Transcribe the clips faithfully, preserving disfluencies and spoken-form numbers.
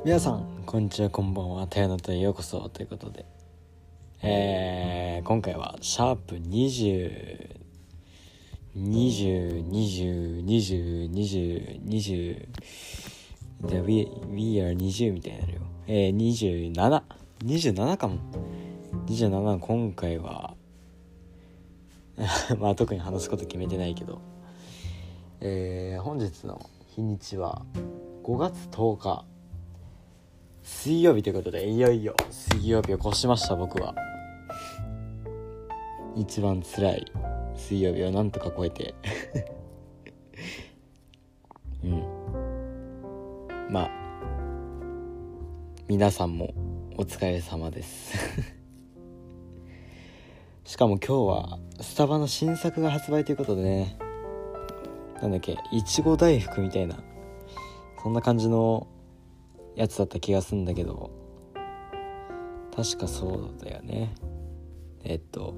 皆さんこんにちは、こんばんは。たやのとへようこそということで、えー、今回はシャープにじゅう、にじゅう、にじゅう、にじゅう、にじゅう、にじゅうで we, we are にじゅうみたいになるよ。えー、にじゅうなな、にじゅうななかも。にじゅうなな、今回はまあ特に話すこと決めてないけど、えー、本日の日にちはごがつとおか水曜日ということで、いよいよ水曜日を越しました。僕は一番辛い水曜日をなんとか超えてうんまあ皆さんもお疲れ様ですしかも今日はスタバの新作が発売ということでね、なんだっけ、いちご大福みたいな、そんな感じのやつだった気がするんだけど、確かそうだよね。えっと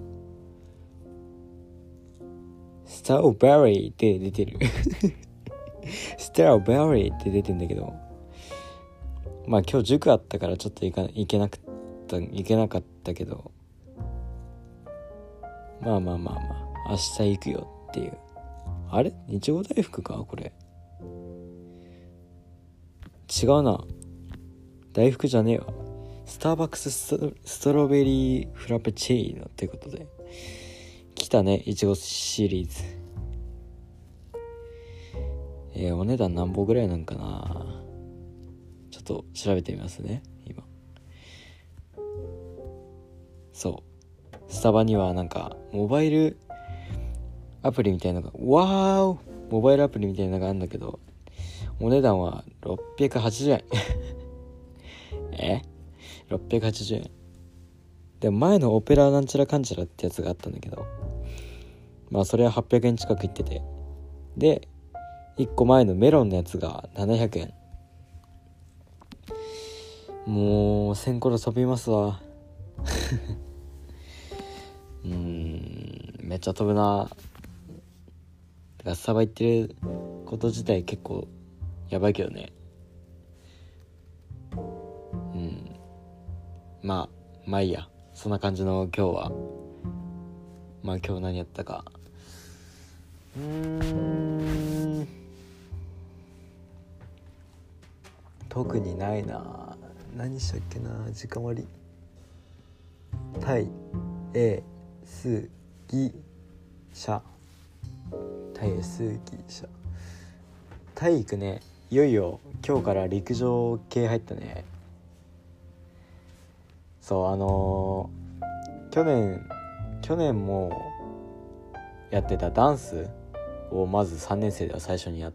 ストロベリーって出てるストロベリーって出てんだけど、まあ今日塾あったからちょっと行か行けなくった行けなかったけど、まあまあまあまあ明日行くよっていう。あれ、いちご大福かこれ。違うな、大福じゃねえわ。スターバックスス ト, ストロベリーフラペチーノってことで来たね、いちごシリーズ。えー、お値段何本ぐらいなんかな、ちょっと調べてみますね今。そうスタバにはなんかモバイルアプリみたいなのが、わーおモバイルアプリみたいなのがあるんだけど、お値段はろっぴゃくはちじゅうえんえろっぴゃくはちじゅうえんで、前のオペラなんちゃらかんちゃらってやつがあったんだけど、まあそれははっぴゃくえん近くいってて、でいっこまえのメロンのやつがななひゃくえん。もうせんコロ飛びますわうーんめっちゃ飛ぶな。だからスタバ行ってること自体結構やばいけどね。うんまあまあいいや、そんな感じの今日は。まあ今日何やったか、うーん特にないな。何したっけな、時間割。タイエスギシャタイエスギシャ体育ね、いよいよ今日から陸上系入ったね。そうあのー、去年去年もやってたダンスをまずさんねん生では最初にやって、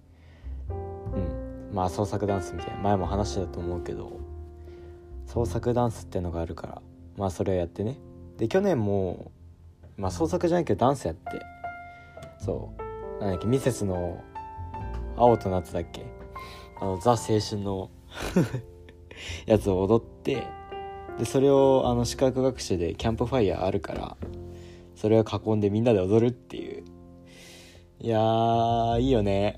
うんまあ創作ダンスみたいな、前も話したと思うけど、創作ダンスってのがあるから、まあそれをやってね。で去年もまあ創作じゃないけどダンスやって、そうなんだっけ、ミセスの青と夏だっけ、あのザ青春のやつを踊って、でそれをあの視覚学習でキャンプファイヤーあるから、それを囲んでみんなで踊るっていう。いやーいいよね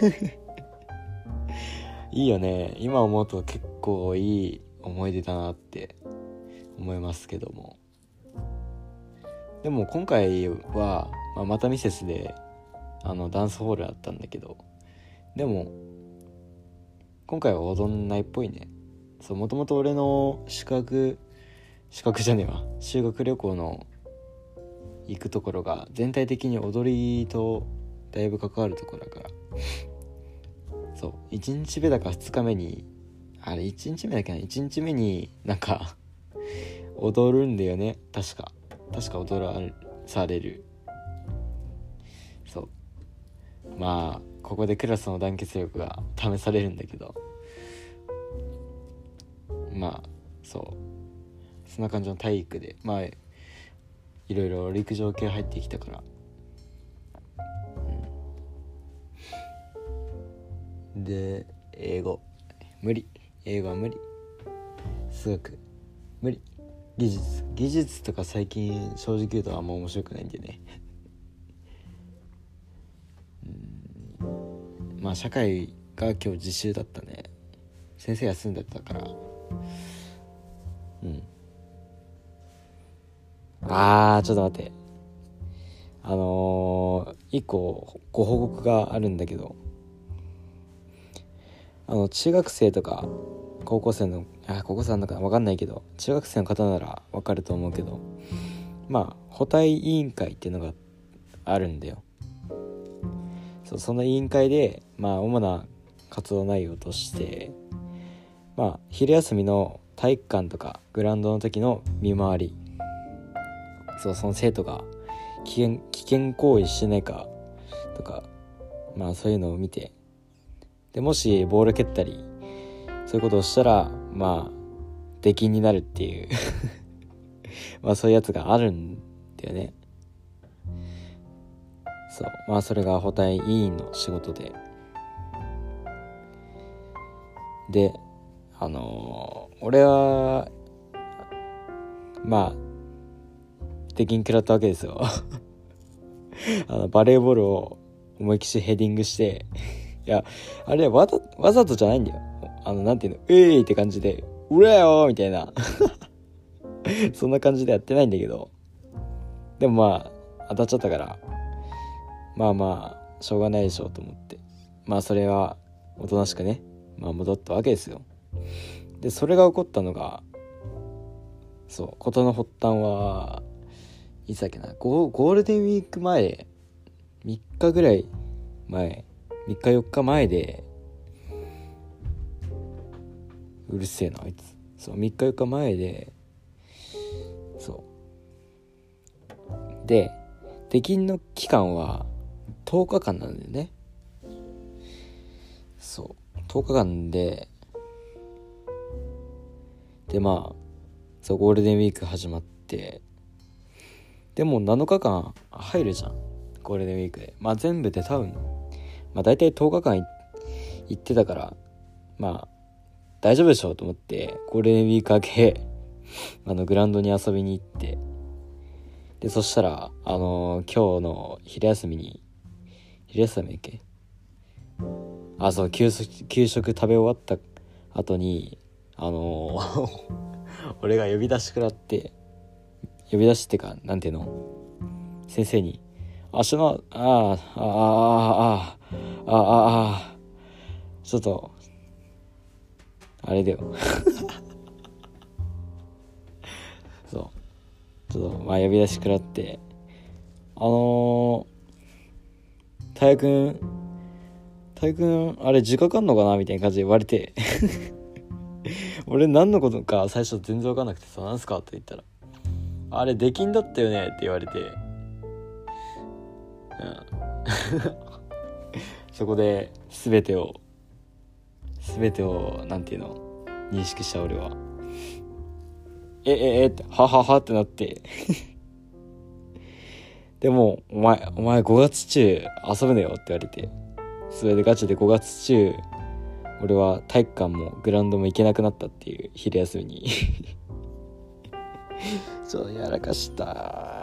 いいよね、今思うと結構いい思い出だなって思いますけども。でも今回は、まあ、またミセスであのダンスホールあったんだけど、でも今回は踊んないっぽいね。そう、もともと俺の資格資格じゃねえわ修学旅行の行くところが全体的に踊りとだいぶ関わるところだから、そういちにちめだかふつかめに、あれいちにちめだっけな、いちにちめになんか踊るんだよね、確か確か踊らされる。そうまあここでクラスの団結力が試されるんだけど、まあそうそんな感じの体育で、まあいろいろ陸上系入ってきたから、うん、で英語無理、英語は無理、数学無理、技術技術とか最近正直言うとあんま面白くないんでねうんまあ社会が今日自習だったね。 先生休んでたから。うんあーちょっと待って、あのー、一個ご報告があるんだけど、あの中学生とか高校生のあ高校生なのか分かんないけど、中学生の方なら分かると思うけど、まあ補退委員会っていうのがあるんだよ。そうその委員会で、まあ主な活動内容として、まあ昼休みの体育館とかグラウンドの時の見回り、そうその生徒が危険危険行為してないかとか、まあそういうのを見て、でもしボール蹴ったりそういうことをしたら、まあ出禁になるっていうまあそういうやつがあるんだよね。そうまあそれが補退委員の仕事で、であのー、俺はまあ出禁食らったわけですよあのバレーボールを思いっきしヘディングしていやあれわざわざとじゃないんだよ。あのなんていうの、えーいって感じでうらよーみたいなそんな感じでやってないんだけど、でもまあ当たっちゃったから、まあまあしょうがないでしょうと思って、まあそれはおとなしくね、まあ戻ったわけですよ。でそれが起こったのが、そう事の発端はいつだっけな、ゴ, ゴールデンウィーク前みっかぐらい前みっかよっかまえで、うるせえなあいつ、そうみっかよっかまえで、そうで出禁の期間はとおかかんなんだよね。そうとおかかんで、でまあそうゴールデンウィーク始まって、でもなのかかん入るじゃんゴールデンウィークで、まあ全部で多分まあ大体とおかかん行ってたから、まあ大丈夫でしょうと思ってゴールデンウィーク明けあのグラウンドに遊びに行って、でそしたらあのー、今日の昼休みに昼休みだっけ、あそう給食給食食べ終わった後にあのー、俺が呼び出し食らって、呼び出しってかなんていうの、先生にあしのああああああああちょっとあれだよそうちょっとまあ呼び出し食らって、あのー、体育くん体育くんあれ自覚あんのかなみたいな感じで言われて俺何のことか最初全然分かんなくてさ、何すかって言ったらあれ出禁だったよねって言われて、うんそこで全てを全てをなんていうの認識した俺はえええってはははってなってでもお前お前ごがつ中遊ぶねよって言われて、それでガチでごがつ中俺は体育館もグラウンドも行けなくなったっていう、昼休みにそうやらかした。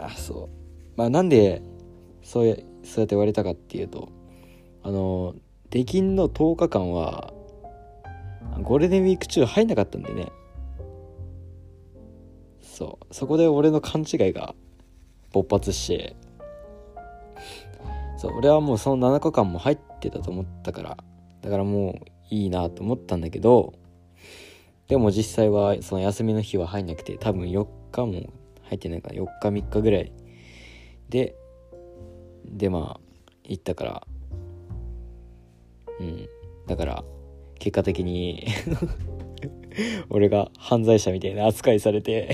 そうまあなんでそうやそうやって言われたかっていうと、あの出禁のとおかかんはゴールデンウィーク中入んなかったんでね。そうそこで俺の勘違いが勃発して、そう俺はもうそのなのかかんも入ってたと思ったから、だからもういいなと思ったんだけど、でも実際はその休みの日は入んなくて、多分よっかも入ってないからよっかみっかぐらいででまあ行ったから、うんだから結果的に俺が犯罪者みたいな扱いされて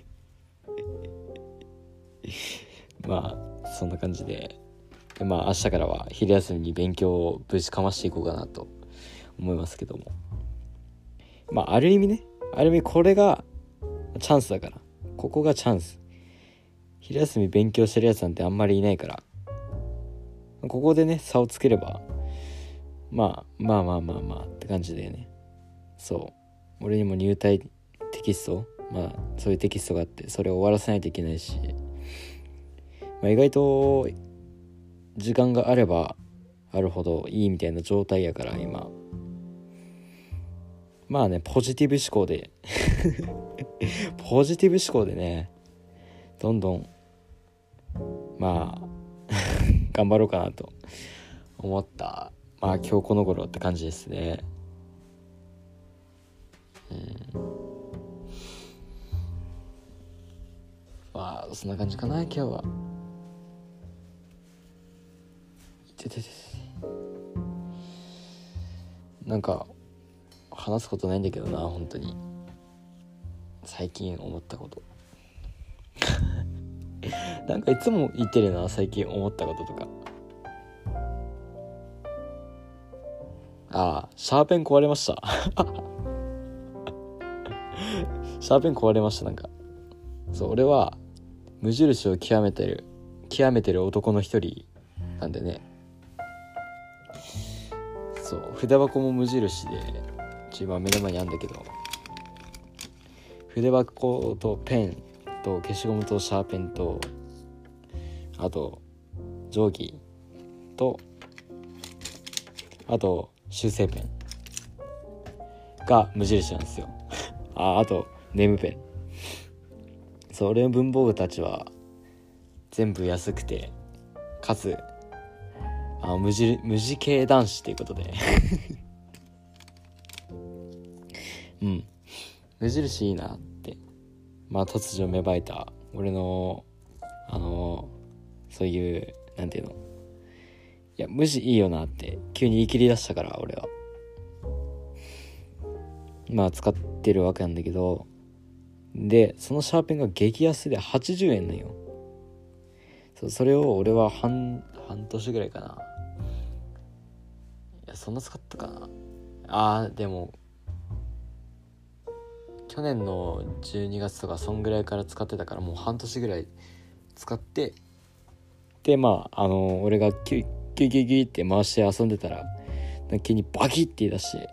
まあそんな感じで、でまあ明日からは昼休みに勉強を無事かましていこうかなと思いますけども、まあある意味ね、ある意味これがチャンスだから、ここがチャンス。昼休み勉強してるやつなんてあんまりいないから、ここでね差をつければ、まあまあまあまあまあって感じでね。そう俺にも入隊テキスト、まあそういうテキストがあって、それを終わらせないといけないし、まあ、意外と時間があればあるほどいいみたいな状態やから今、 まあねポジティブ思考でポジティブ思考でねどんどんまあ頑張ろうかなと思ったまあ今日この頃って感じですね。うんまあそんな感じかな今日は。てててなんか話すことないんだけどな本当に最近思ったことなんかいつも言ってるな最近思ったこととか。ああシャーペン壊れましたシャーペン壊れました。なんかそう俺は無印を極めてる極めてる男の一人なんでね。そう筆箱も無印で今目の前にあるんだけど、筆箱とペンと消しゴムとシャーペンとあと定規とあと修正ペンが無印なんですよああとネームペン。そう俺の文房具たちは全部安くてかつあ無地無地系男子っていうことでうん無印いいなってまあ突如芽生えた俺のあのそういうなんていうのいや無地いいよなって急に言い切り出したから俺はまあ使ってるわけなんだけど、でそのシャーペンが激安ではちじゅうえんなんよ。そ, それを俺は半半年ぐらいかな、いやそんな使ったかなあーでも去年のじゅうにがつとかそんぐらいから使ってたからもう半年ぐらい使って、でまああの俺がキュッキュッキュッキュッって回して遊んでたら急にバキッて言い出して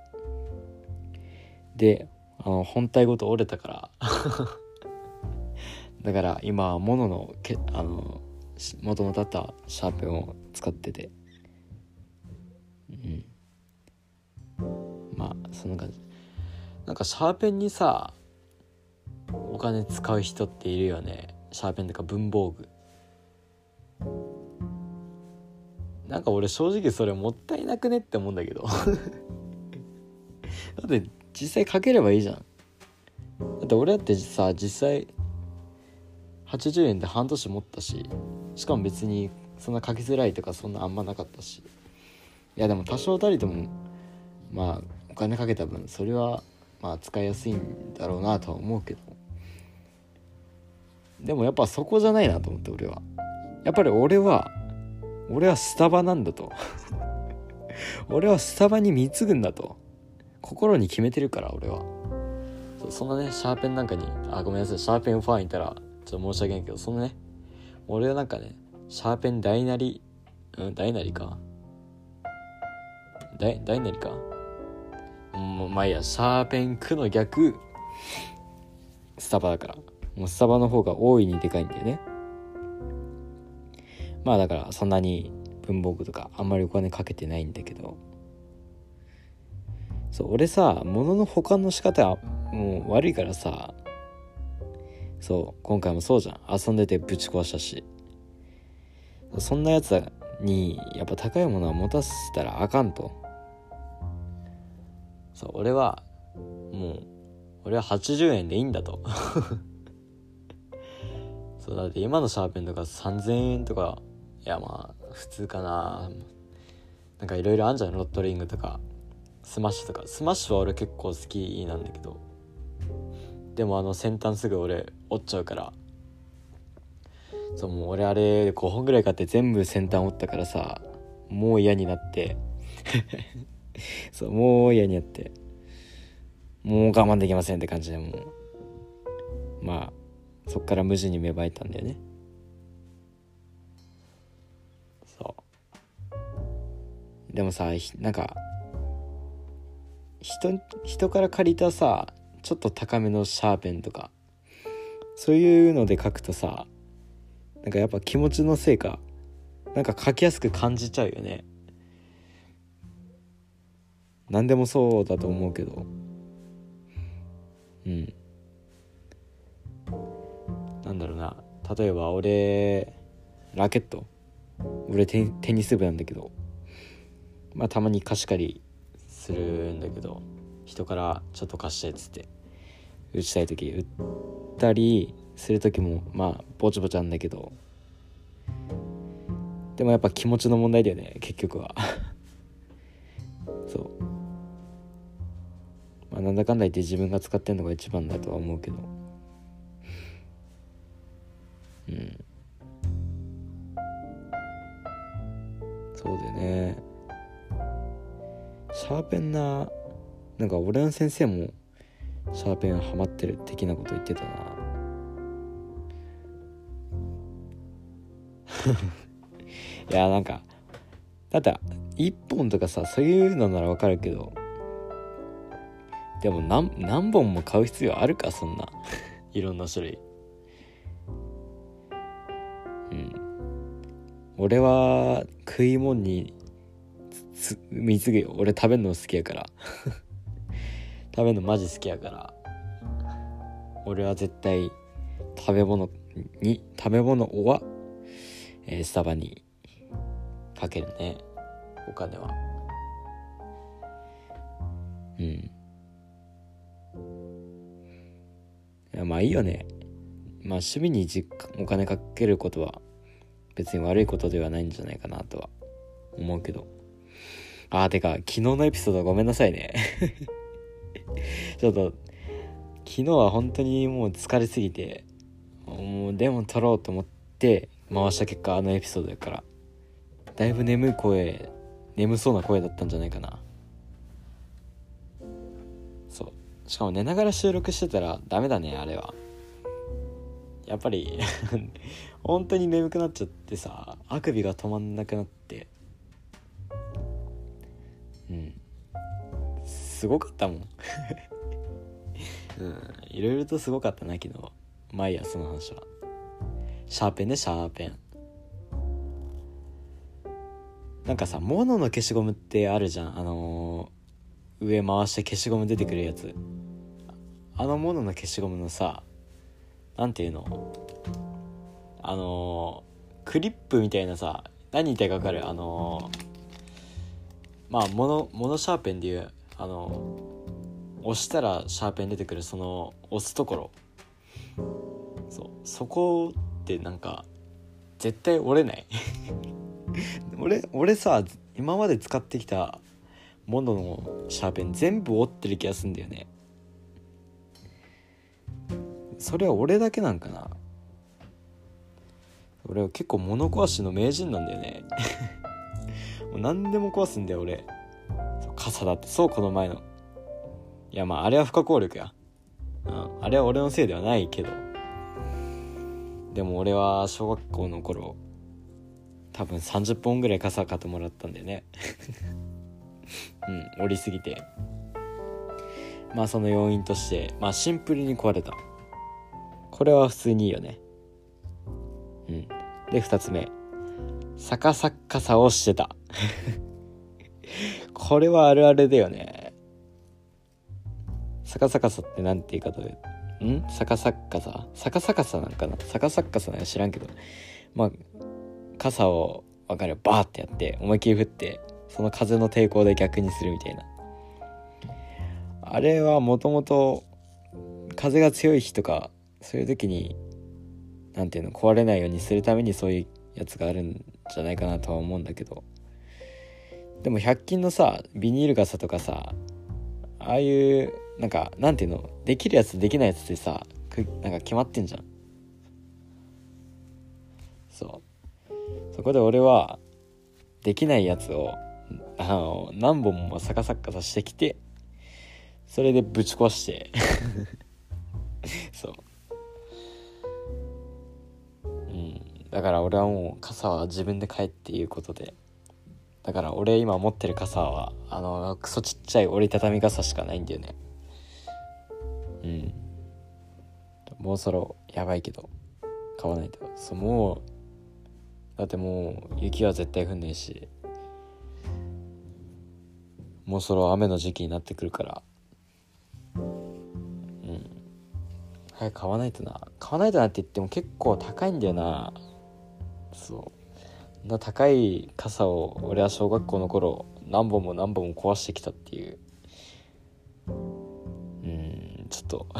であの本体ごと折れたからだから今はモノのけあの元々あったシャーペンを使ってて、うんまあそんな感じ。なんかシャーペンにさお金使う人っているよね。シャーペンとか文房具なんか俺正直それもったいなくねって思うんだけどだって実際かければいいじゃん。だって俺だってさ実際はちじゅうえんで半年持ったし、しかも別にそんな書きづらいとかそんなあんまなかったし、いやでも多少たりともまあお金かけた分それはまあ使いやすいんだろうなとは思うけど、でもやっぱそこじゃないなと思って俺はやっぱり俺は俺はスタバなんだと俺はスタバに貢ぐんだと心に決めてるから俺は。 そ, そんなねシャーペンなんかにあごめんなさいシャーペンファンいたらちょっと申し訳ないけど、そのね俺はなんかねシャーペン大なりうん大なりか大大なりかもうまあいいや、シャーペン区の逆スタバだから、もうスタバの方が大いにでかいんだよね。まあだからそんなに文房具とかあんまりお金かけてないんだけど、そう俺さ物の保管の仕方はもう悪いからさ、そう今回もそうじゃん、遊んでてぶち壊したし、そんなやつにやっぱ高いものは持たせたらあかんと。そう俺はもう俺ははちじゅうえんでいいんだとそうだって今のシャーペンとかさんぜんえんとか、いやまあ普通かな、なんかいろいろあんじゃん、ロットリングとかスマッシュとか。スマッシュは俺結構好きなんだけど、でもあの先端すぐ俺折っちゃうから、そうもう俺あれごほんぐらい買って全部先端折ったからさ、もう嫌になってそうもう嫌になってもう我慢できませんって感じで、もうまあそっから無地に芽生えたんだよね。そうでもさなんか人人から借りたさちょっと高めのシャーペンとかそういうので書くとさ、なんかやっぱ気持ちのせいかなんか書きやすく感じちゃうよね。何でもそうだと思うけど、 うんなんだろうな、例えば俺ラケット俺 テ, テニス部なんだけど、まあたまに貸し借りするんだけど、人からちょっと貸してっつって打ちたい時打ったりする時もまあぼちぼちあんだけど、でもやっぱ気持ちの問題だよね結局はそう、まあ、なんだかんだ言って自分が使ってんのが一番だとは思うけど、うんそうだよね。シャーペンな、なんか俺の先生もシャーペンハマってる的なこと言ってたないやなんかだっていっぽんとかさそういうのならわかるけど、でも 何, 何本も買う必要あるかそんないろんな種類。うん俺は食い物に貢ぐよ。俺食べるの好きやから食べるのマジ好きやから、俺は絶対食べ物に食べ物は、えー、スタバにかけるねお金は。うんいやまあいいよね。まあ趣味に実お金かけることは別に悪いことではないんじゃないかなとは思うけど、あーてか昨日のエピソードごめんなさいねちょっと昨日は本当にもう疲れすぎて、もうでも撮ろうと思って回した結果あのエピソードやから、だいぶ眠い声眠そうな声だったんじゃないかな。そうしかも寝ながら収録してたらダメだねあれは。やっぱり本当に眠くなっちゃってさ、あくびが止まんなくなってうんすごかったもんうんいろいろとすごかったな昨日。まあいいやその話は。シャーペンねシャーペンなんかさ物の消しゴムってあるじゃん、あのー、上回して消しゴム出てくるやつ。あの物の消しゴムのさなんていうの、あのー、クリップみたいなさ、何言いたいか分かる？あのー、まあモノモノシャーペンでいうあのー、押したらシャーペン出てくるその押すところ、そうそこってなんか絶対折れない俺俺さ今まで使ってきたモノのシャーペン全部折ってる気がするんだよね。それは俺だけなんかな。俺は結構物壊しの名人なんだよねもう何でも壊すんだよ俺。傘だってそうこの前の、いやまああれは不可抗力や、うん、あれは俺のせいではないけど、でも俺は小学校の頃多分さんじゅっぽんぐらい傘買ってもらったんだよねうん折りすぎて、まあその要因としてまあシンプルに壊れた。これは普通にいいよね。うんでふたつめ、逆さ傘をしてたこれはあるあるだよね。逆さ傘ってなんて言い方でん逆さ傘逆さ傘なんかな、逆さ傘なんか知らんけど、まあ傘を分かるバーってやって思いっきり振ってその風の抵抗で逆にするみたいな。あれはもともと風が強い日とかそういう時になんていうの壊れないようにするためにそういうやつがあるんじゃないかなとは思うんだけど、でもひゃく均のさビニール傘とかさ、ああいうなんかなんていうのできるやつできないやつってさなんか決まってんじゃん。そうそこで俺はできないやつをあの何本も逆さっかさしてきてそれでぶち壊してそううんだから俺はもう傘は自分で買えっていうことで、だから俺今持ってる傘はあのクソちっちゃい折りたたみ傘しかないんだよね。うんもうそろやばいけど買わないと。そうもうだってもう雪は絶対降んねえし、もうそろ雨の時期になってくるから、うん回買わないとな買わないとなって言っても結構高いんだよな。そうな高い傘を俺は小学校の頃何本も何本も壊してきたっていう、うーんちょっと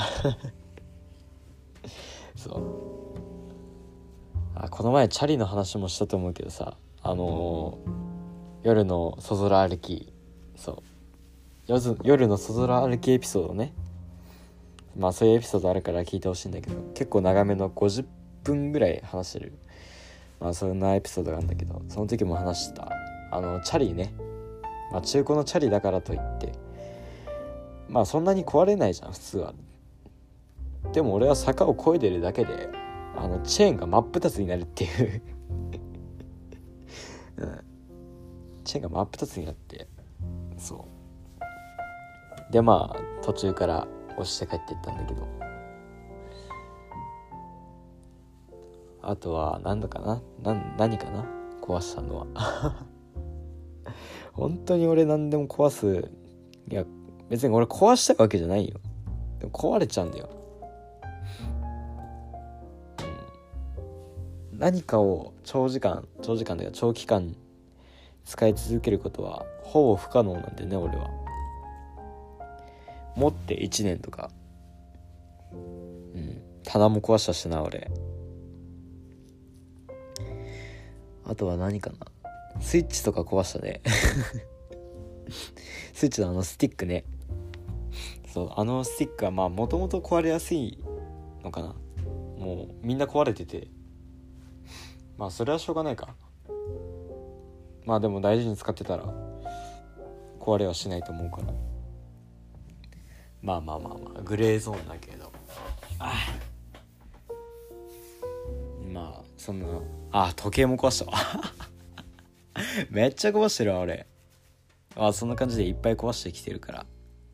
そうあこの前チャリの話もしたと思うけどさ、あのー、夜のそぞら歩き、そう夜夜のそぞら歩きエピソードね。まあそういうエピソードあるから聞いてほしいんだけど、結構長めのごじゅっぷんぐらい話してる、まあそんなエピソードがあるんだけど、その時も話したあのチャリね。まあ中古のチャリだからといってまあそんなに壊れないじゃん普通は。でも俺は坂を越えてるだけであのチェーンが真っ二つになるっていう、うん、チェーンが真っ二つになって、そうでまあ途中から押して帰っていったんだけど、あとは何だかなな何かな壊したのは本当に俺何でも壊す、いや別に俺壊したいわけじゃないよ。でも壊れちゃうんだよ、うん、何かを長時間長時間というか長期間使い続けることはほぼ不可能なんでね。俺は持っていちねんとか、うん、棚も壊したしな俺。あとは何かな、スイッチとか壊したねスイッチのあのスティックね。そうあのスティックはまあもともと壊れやすいのかな、もうみんな壊れてて、まあそれはしょうがないか。まあでも大事に使ってたら壊れはしないと思うから、まあまあまあまあグレーゾーンだけど、あまあそんなあ時計も壊したわめっちゃ壊してるわ俺。あそんな感じでいっぱい壊してきてるから、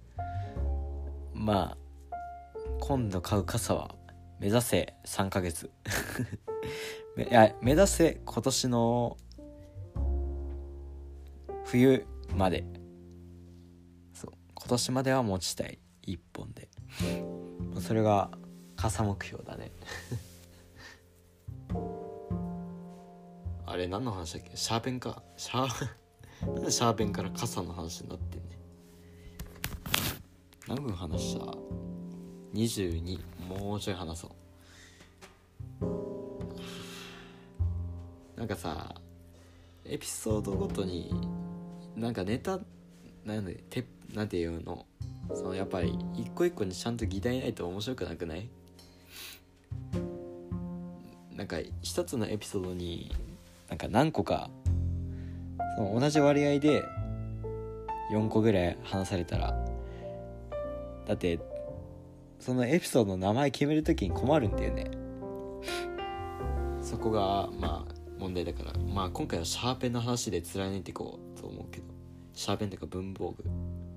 まあ今度買う傘は目指せさんかげついや目指せ今年の冬まで、そう今年までは持ちたいいっぽんで、それが傘目標だねあれ何の話だっけ、シャーペンか、シャーなんでシャーペンから傘の話になってんね。何分話した？にじゅうに。もうちょい話そう。なんかさエピソードごとになんかネタなんでてなんていうの、そのやっぱり一個一個にちゃんと議題ないと面白くなくない？なんか一つのエピソードになんか何個かその同じ割合でよんこぐらい話されたら、だってそのエピソードの名前決めるときに困るんだよね。そこがまあ問題だから、まあ今回はシャーペンの話で貫いていこうと思うけど、シャーペンとか文房具、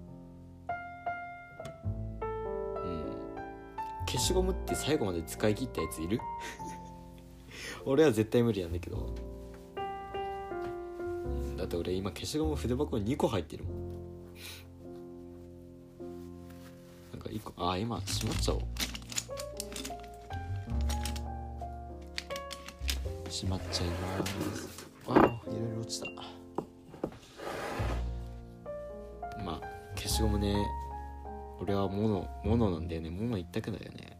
うん消しゴムって最後まで使い切ったやついる？俺は絶対無理なんだけど、だって俺今消しゴム筆箱ににこ入ってるもん。なんかいっこ、あ今しまっちゃおう。しまっちゃいます。あいろいろ落ちた。まあ消しゴムね、俺は物物なんだよね。物一択だよね。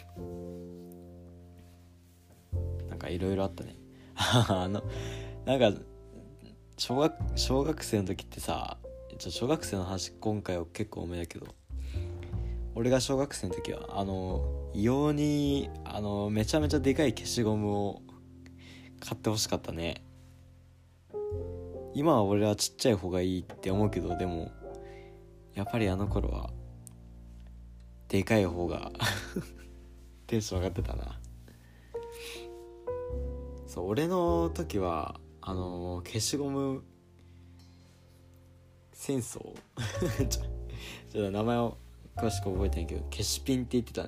なんかいろいろあったね。あのなんか小学小学生の時ってさ、ちょ小学生の話今回は結構多めだけど、俺が小学生の時はあの異様にあのめちゃめちゃでかい消しゴムを買ってほしかったね。今は俺はちっちゃい方がいいって思うけど、でもやっぱりあの頃はでかい方がテンション上がってたな。そう俺の時はあの消しゴム戦争ちょちょっと名前を詳しく覚えてないけど、消しピンって言ってたね。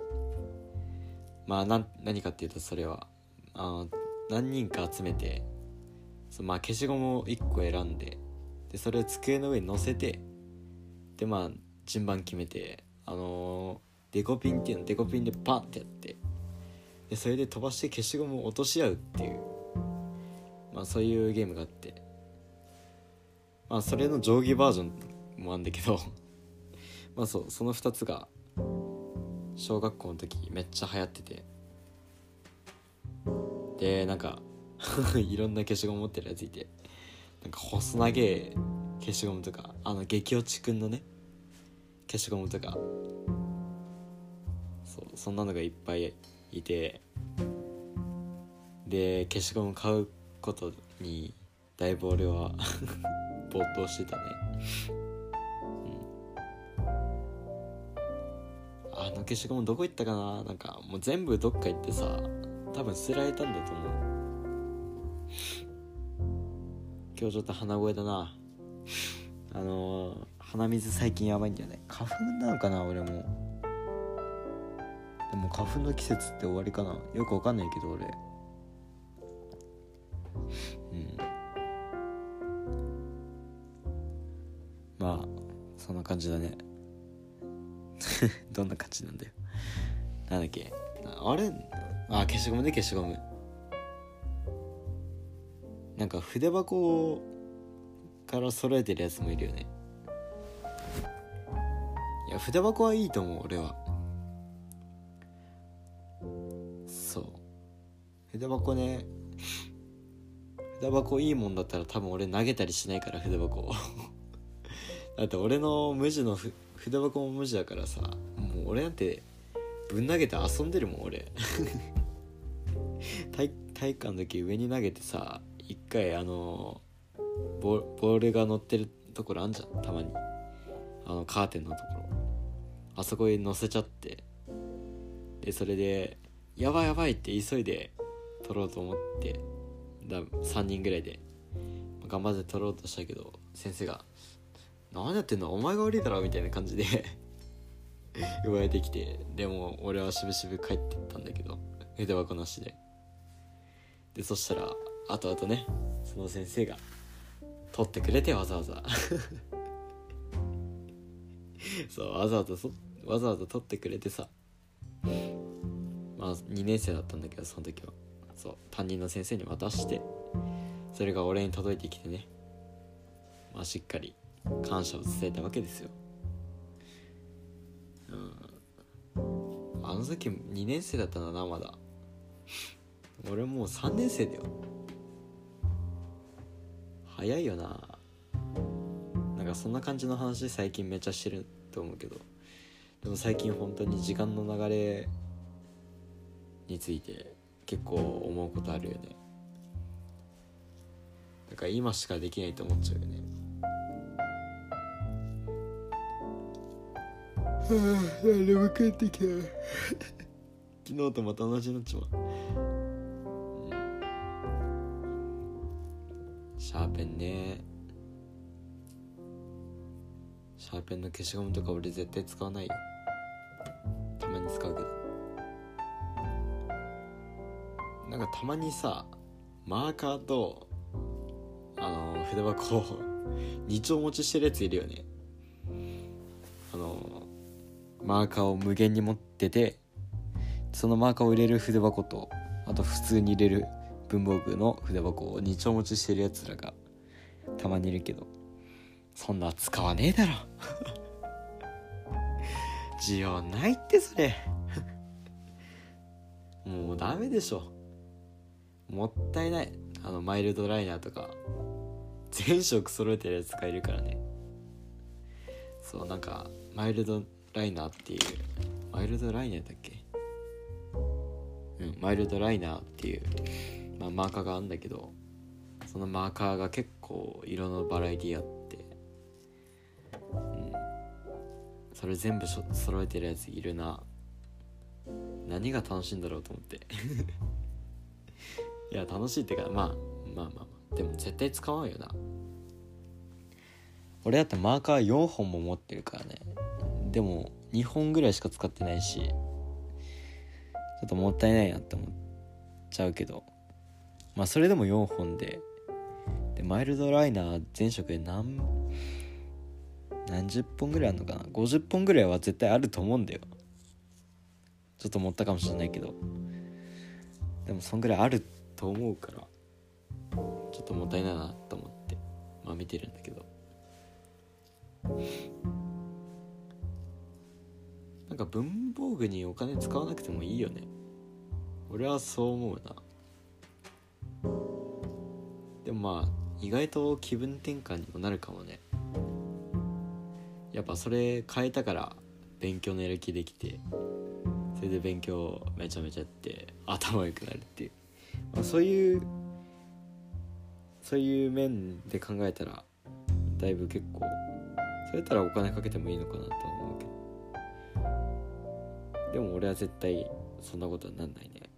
まあなん何かっていうと、それはあの何人か集めて、そまあ消しゴムをいっこ選んで、でそれを机の上に乗せて、でまあ順番決めて、あのデコピンっていうのデコピンでパンってやって、でそれで飛ばして消しゴムを落とし合うっていう、まあそういうゲームがあって、まあそれの定規バージョンもあるんだけどまあそうそのふたつが小学校の時めっちゃ流行ってて、でなんかいろんな消しゴム持ってるやついて、なんか細長い消しゴムとか、あの激落ちくんのね消しゴムとか、そうそんなのがいっぱいいて、で消しゴム買うことにだいぶ俺は没頭してたね、うん、あの消しゴムどこ行ったかな、なんかもう全部どっか行ってさ、多分捨てられたんだと思う。今日ちょっと鼻声だな。あのー、鼻水最近やばいんだよね。花粉なのかな俺も。でも花粉の季節って終わりかな、よくわかんないけど俺、うんまあそんな感じだねどんな感じなんだよ。なんだっけ、あれ、あ消しゴムね、消しゴムなんか筆箱から揃えてるやつもいるよね。いや筆箱はいいと思う俺は。そう筆箱ね、筆箱いいもんだったら多分俺投げたりしないから、筆箱だって俺の無地のふ筆箱も無地だからさ、もう俺なんてぶん投げて遊んでるもん俺体, 体育館の時上に投げてさ、一回あのボボールが乗ってるところあんじゃん、たまにあのカーテンのところ、あそこに乗せちゃって、でそれでやばいやばいって急いで取ろうと思って、ださんにんぐらいで頑張って取ろうとしたけど、先生が何やってんのお前が悪いだろみたいな感じで言われてきて、でも俺はしぶしぶ帰ってったんだけど、筆箱なしで。でそしたら後々ね、その先生が取ってくれて、わざわざそうわざわざわざわざ取ってくれてさ、まあにねん生だったんだけどその時は、そう担任の先生に渡して、それが俺に届いてきてね、まあしっかり感謝を伝えたわけですよ。うん、あの時にねん生だったんだな、まだ。俺もうさんねん生だよ。早いよな。なんかそんな感じの話最近めっちゃしてると思うけど、でも最近本当に時間の流れについて結構思うことあるよね。だから今しかできないと思っちゃうよね。はあ、眠くなってきた昨日とまた同じになっちまう、うん、シャーペンね、シャーペンの消しゴムとか俺絶対使わないよ。たまに使うけど、なんかたまにさマーカーとあの筆箱を二丁持ちしてるやついるよね。あのマーカーを無限に持ってて、そのマーカーを入れる筆箱と、あと普通に入れる文房具の筆箱を二丁持ちしてるやつらがたまにいるけど、そんな使わねえだろ需要ないってそれもうダメでしょ、もったいない。あのマイルドライナーとか全色揃えてるやつ使えるからね。そうなんかマイルドライナーっていう、マイルドライナーだっけ、うんマイルドライナーっていう、まあ、マーカーがあるんだけど、そのマーカーが結構色のバラエティあって、うん、それ全部しょ揃えてるやついるな。何が楽しいんだろうと思っていや楽しいってか、まあまあまあ、まあ、でも絶対使わんよな。俺だってマーカーよんほんも持ってるからね。でもにほんぐらいしか使ってないし、ちょっともったいないなって思っちゃうけど、まあそれでもよんほんで、でマイルドライナー全色で何何十本ぐらいあるのかな、ごじゅっぽんぐらいは絶対あると思うんだよ。 ちょっと持ったかもしれないけど、でもそんぐらいあると思うからちょっともったいないなと思ってまあ見てるんだけど、なんか文房具にお金使わなくてもいいよね。俺はそう思うな。でもまあ意外と気分転換にもなるかもね。やっぱそれ変えたから勉強のやる気できて、それで勉強めちゃめちゃやって頭良くなるっていう、まあ、そういうそういう面で考えたらだいぶ結構それやったらお金かけてもいいのかなと思うけど、でも俺は絶対そんなことはなんないね。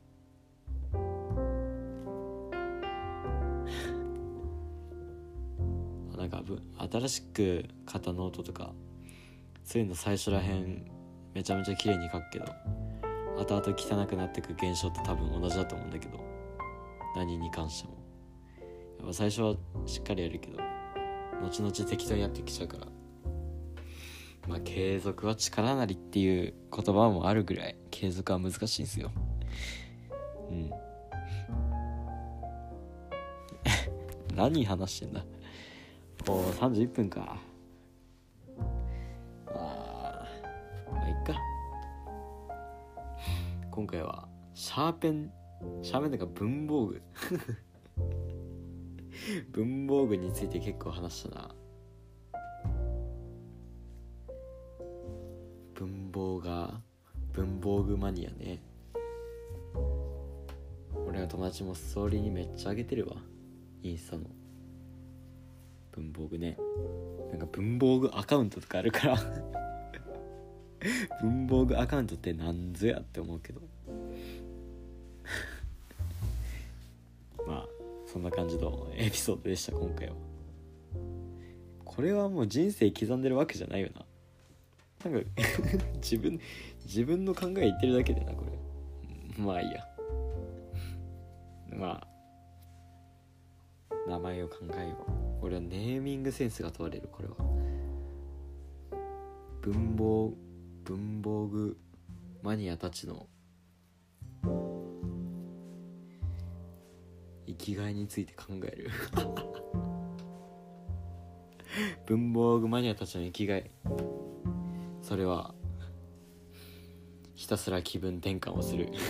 なんか新しく買ったノートとかそういうの最初らへんめちゃめちゃ綺麗に書くけど、後々汚くなってく現象って多分同じだと思うんだけど、何に関してもやっぱ最初はしっかりやるけど後々適当にやってきちゃうから、まあ継続は力なりっていう言葉もあるぐらい継続は難しいんですよ。うん何話してんだ。もうさんじゅういっぷんか。あーまあいっか。今回はシャーペンシャーペンとか文房具文房具について結構話したな。文房が文房具マニアね。俺の友達もストーリーにめっちゃ上げてるわ、インスタの文房具ね。なんか文房具アカウントとかあるから文房具アカウントってなんぞやって思うけどまあそんな感じのエピソードでした今回は。これはもう人生刻んでるわけじゃないよな。なんか自分自分の考え言ってるだけでなこれ。まあいいや。まあ名前を考えよう。俺はネーミングセンスが問われる。これは文房文房具マニアたちの生きがいについて考える文房具マニアたちの生きがい、それはひたすら気分転換をする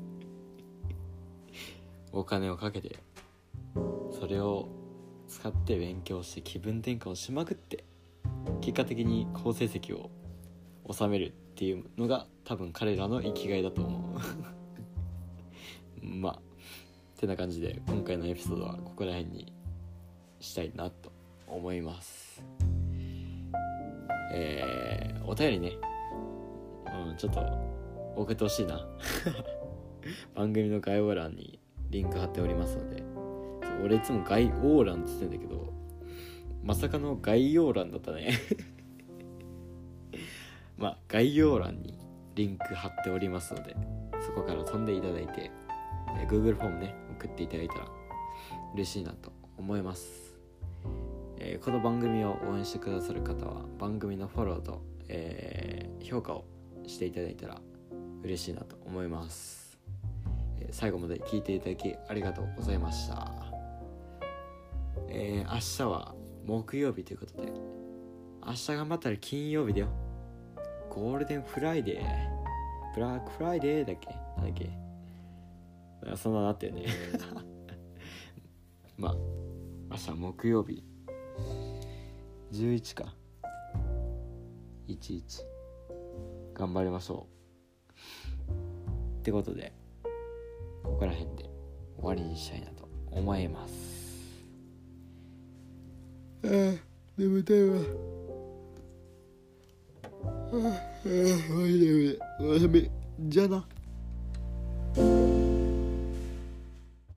お金をかけてそれを使って勉強して気分転換をしまくって結果的に好成績を収めるっていうのが多分彼らの生きがいだと思うまあてな感じで今回のエピソードはここら辺にしたいなと思います。えー、お便りね、うん、ちょっと送ってほしいな番組の概要欄にリンク貼っておりますので、俺いつも概要欄って言ってんだけどまさかの概要欄だったねまあ概要欄にリンク貼っておりますのでそこから飛んでいただいて、えー、Google フォームね送っていただいたら嬉しいなと思います。えー、この番組を応援してくださる方は番組のフォローと、えー、評価をしていただいたら嬉しいなと思います。えー、最後まで聞いていただきありがとうございました。えー、明日は木曜日ということで明日頑張ったら金曜日だよ。ゴールデンフライデーブラックフライデーだっけなんだっけそんななったよねまあ明日木曜日じゅういちかいちいち頑張りましょうってことでここら辺で終わりにしたいなと思います。ああ眠たいわ。ああああ眠い。おやすみ。じゃあな。